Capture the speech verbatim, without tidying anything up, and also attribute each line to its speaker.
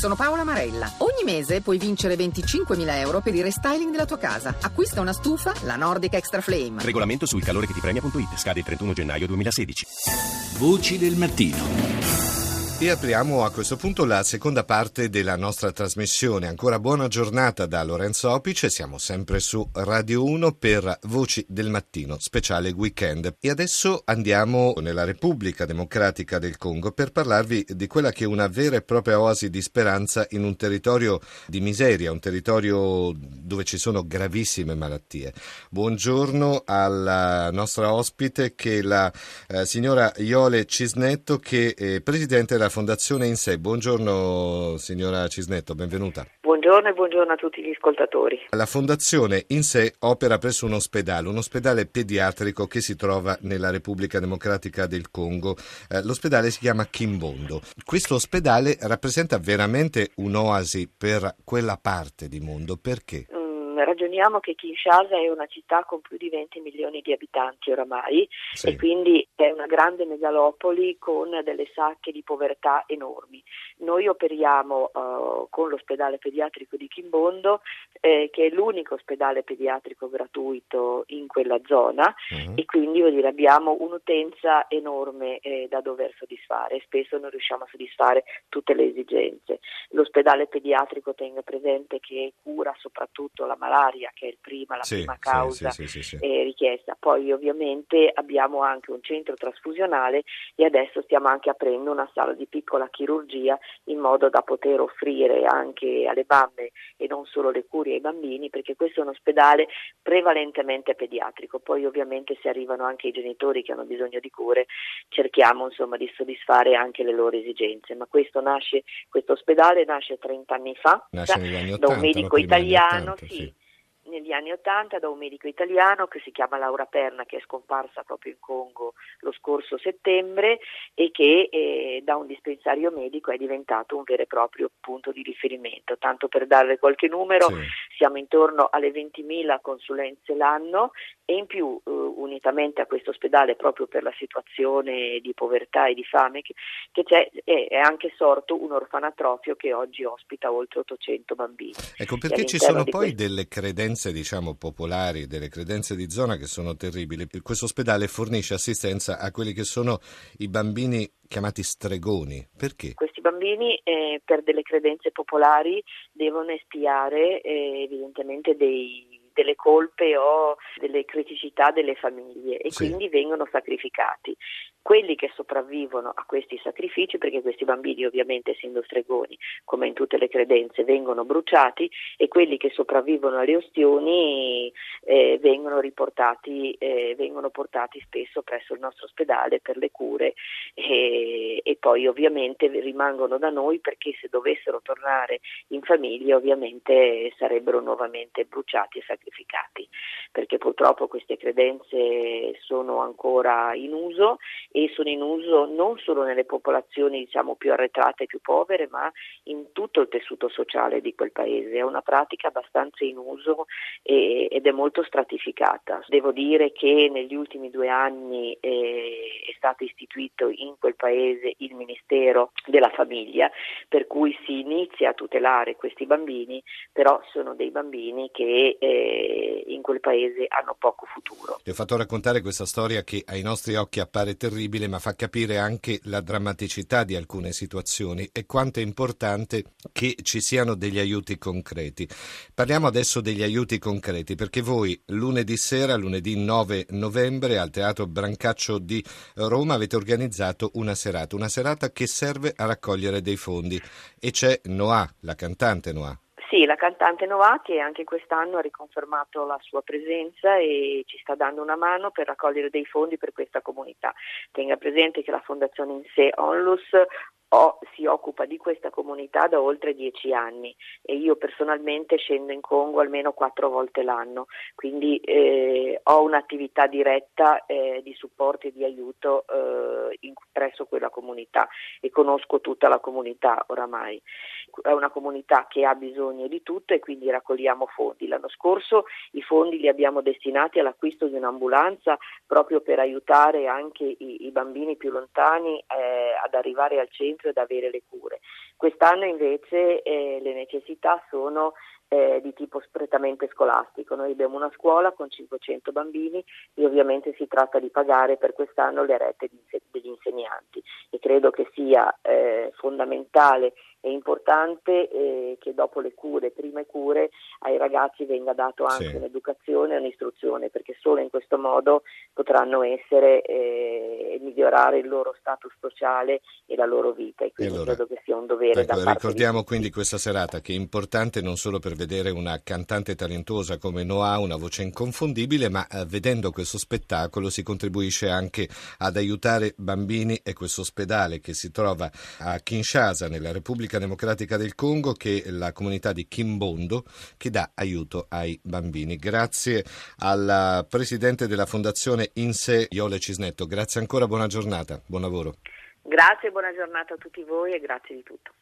Speaker 1: sono Paola Marella. Ogni mese puoi vincere venticinquemila euro per il restyling della tua casa. Acquista una stufa, la Nordic Extra Flame.
Speaker 2: Regolamento sul calore che ti premia punto it. Scade il trentuno gennaio duemilasedici.
Speaker 3: Voci del mattino.
Speaker 4: E apriamo a questo punto la seconda parte della nostra trasmissione. Ancora buona giornata da Lorenzo Opice, siamo sempre su Radio uno per Voci del Mattino, speciale weekend. E adesso andiamo nella Repubblica Democratica del Congo per parlarvi di quella che è una vera e propria oasi di speranza in un territorio di miseria, un territorio dove ci sono gravissime malattie. Buongiorno alla nostra ospite che è la eh, signora Iole Cisnetto, che è presidente della Fondazione INSEE. Buongiorno signora Cisnetto, benvenuta.
Speaker 5: Buongiorno e buongiorno a tutti gli ascoltatori.
Speaker 4: La Fondazione INSEE opera presso un ospedale, un ospedale pediatrico che si trova nella Repubblica Democratica del Congo. Eh, l'ospedale si chiama Kimbondo. Questo ospedale rappresenta veramente un'oasi per quella parte di mondo. Perché?
Speaker 5: Ragioniamo che Kinshasa è una città con più di venti milioni di abitanti oramai, sì, e quindi è una grande megalopoli con delle sacche di povertà enormi. Noi operiamo uh, con l'ospedale pediatrico di Kimbondo, eh, che è l'unico ospedale pediatrico gratuito in quella zona, uh-huh. e quindi vuol dire, abbiamo un'utenza enorme eh, da dover soddisfare e spesso non riusciamo a soddisfare tutte le esigenze. L'ospedale pediatrico, tenga presente che cura soprattutto la malaria, che è il prima, la
Speaker 4: sì,
Speaker 5: prima causa
Speaker 4: sì, sì, sì, sì.
Speaker 5: Eh, richiesta. Poi ovviamente abbiamo anche un centro trasfusionale e adesso stiamo anche aprendo una sala di piccola chirurgia in modo da poter offrire anche alle mamme e non solo le cure ai bambini, perché questo è un ospedale prevalentemente pediatrico. Poi ovviamente se arrivano anche i genitori che hanno bisogno di cure, cerchiamo insomma di soddisfare anche le loro esigenze. Ma questo nasce, questo ospedale nasce trenta anni fa
Speaker 4: nasce negli anni
Speaker 5: da
Speaker 4: ottanta,
Speaker 5: un medico
Speaker 4: no?
Speaker 5: italiano,
Speaker 4: ottanta,
Speaker 5: sì.
Speaker 4: sì.
Speaker 5: negli anni ottanta da un medico italiano che si chiama Laura Perna, che è scomparsa proprio in Congo lo scorso settembre e che eh, da un dispensario medico è diventato un vero e proprio punto di riferimento. Tanto per darle qualche numero, sì. siamo intorno alle ventimila consulenze l'anno e in più eh, unitamente a questo ospedale, proprio per la situazione di povertà e di fame che, che c'è, è, è anche sorto un orfanatrofio che oggi ospita oltre ottocento bambini.
Speaker 4: Ecco, perché ci sono poi questo... delle credenze diciamo popolari, delle credenze di zona che sono terribili. Questo ospedale fornisce assistenza a quelli che sono i bambini chiamati stregoni. Perché?
Speaker 5: Questi bambini eh, per delle credenze popolari devono espiare eh, evidentemente dei delle colpe o delle criticità delle famiglie e sì. quindi vengono sacrificati. Quelli che sopravvivono a questi sacrifici, perché questi bambini ovviamente essendo stregoni come in tutte le credenze vengono bruciati, e quelli che sopravvivono alle ustioni eh, vengono riportati eh, vengono portati spesso presso il nostro ospedale per le cure e, e poi ovviamente rimangono da noi, perché se dovessero tornare in famiglia ovviamente sarebbero nuovamente bruciati e sacrificati. Perché purtroppo queste credenze sono ancora in uso e sono in uso non solo nelle popolazioni diciamo più arretrate e più povere, ma in tutto il tessuto sociale di quel paese. È una pratica abbastanza in uso e, ed è molto stratificata. Devo dire che negli ultimi due anni eh, è stato istituito in quel paese il Ministero della Famiglia, per cui si inizia a tutelare questi bambini, però sono dei bambini che eh, in quel paese hanno poco futuro.
Speaker 4: Ti ho fatto raccontare questa storia che ai nostri occhi appare terribile, ma fa capire anche la drammaticità di alcune situazioni e quanto è importante che ci siano degli aiuti concreti. Parliamo adesso degli aiuti concreti, perché voi lunedì sera, lunedì nove novembre, al Teatro Brancaccio di Roma avete organizzato una serata, una serata che serve a raccogliere dei fondi, e c'è Noah, la cantante Noah.
Speaker 5: Sì, la cantante Noah, che anche quest'anno ha riconfermato la sua presenza e ci sta dando una mano per raccogliere dei fondi per questa comunità. Tenga presente che la Fondazione INSEE Onlus O si occupa di questa comunità da oltre dieci anni e io personalmente scendo in Congo almeno quattro volte l'anno, quindi eh, ho un'attività diretta eh, di supporto e di aiuto eh, in, presso quella comunità e conosco tutta la comunità oramai. È una comunità che ha bisogno di tutto e quindi raccogliamo fondi. L'anno scorso i fondi li abbiamo destinati all'acquisto di un'ambulanza proprio per aiutare anche i, i bambini più lontani eh, ad arrivare al centro ed avere le cure. Quest'anno invece eh, le necessità sono eh, di tipo prettamente scolastico. Noi abbiamo una scuola con cinquecento bambini e ovviamente si tratta di pagare per quest'anno le rette degli insegnanti, e credo che sia eh, fondamentale e importante eh, che dopo le cure, prime cure, ai ragazzi venga dato anche
Speaker 4: sì.
Speaker 5: un'educazione e un'istruzione, perché solo in questo modo potranno essere e eh, migliorare il loro status sociale e la loro vita, e quindi
Speaker 4: e allora,
Speaker 5: credo che sia un dovere
Speaker 4: ecco,
Speaker 5: da parte
Speaker 4: ricordiamo
Speaker 5: di
Speaker 4: quindi questa serata, che è importante non solo per vedere una cantante talentuosa come Noah, una voce inconfondibile, ma eh, vedendo questo spettacolo si contribuisce anche ad aiutare bambini, e questo ospedale che si trova a Kinshasa nella Repubblica Democratica del Congo, che è la comunità di Kimbondo, che dà aiuto ai bambini. Grazie alla presidente della fondazione INSEE, Iole Cisnetto. Grazie ancora, buona giornata, buon lavoro.
Speaker 5: Grazie, buona giornata a tutti voi e grazie di tutto.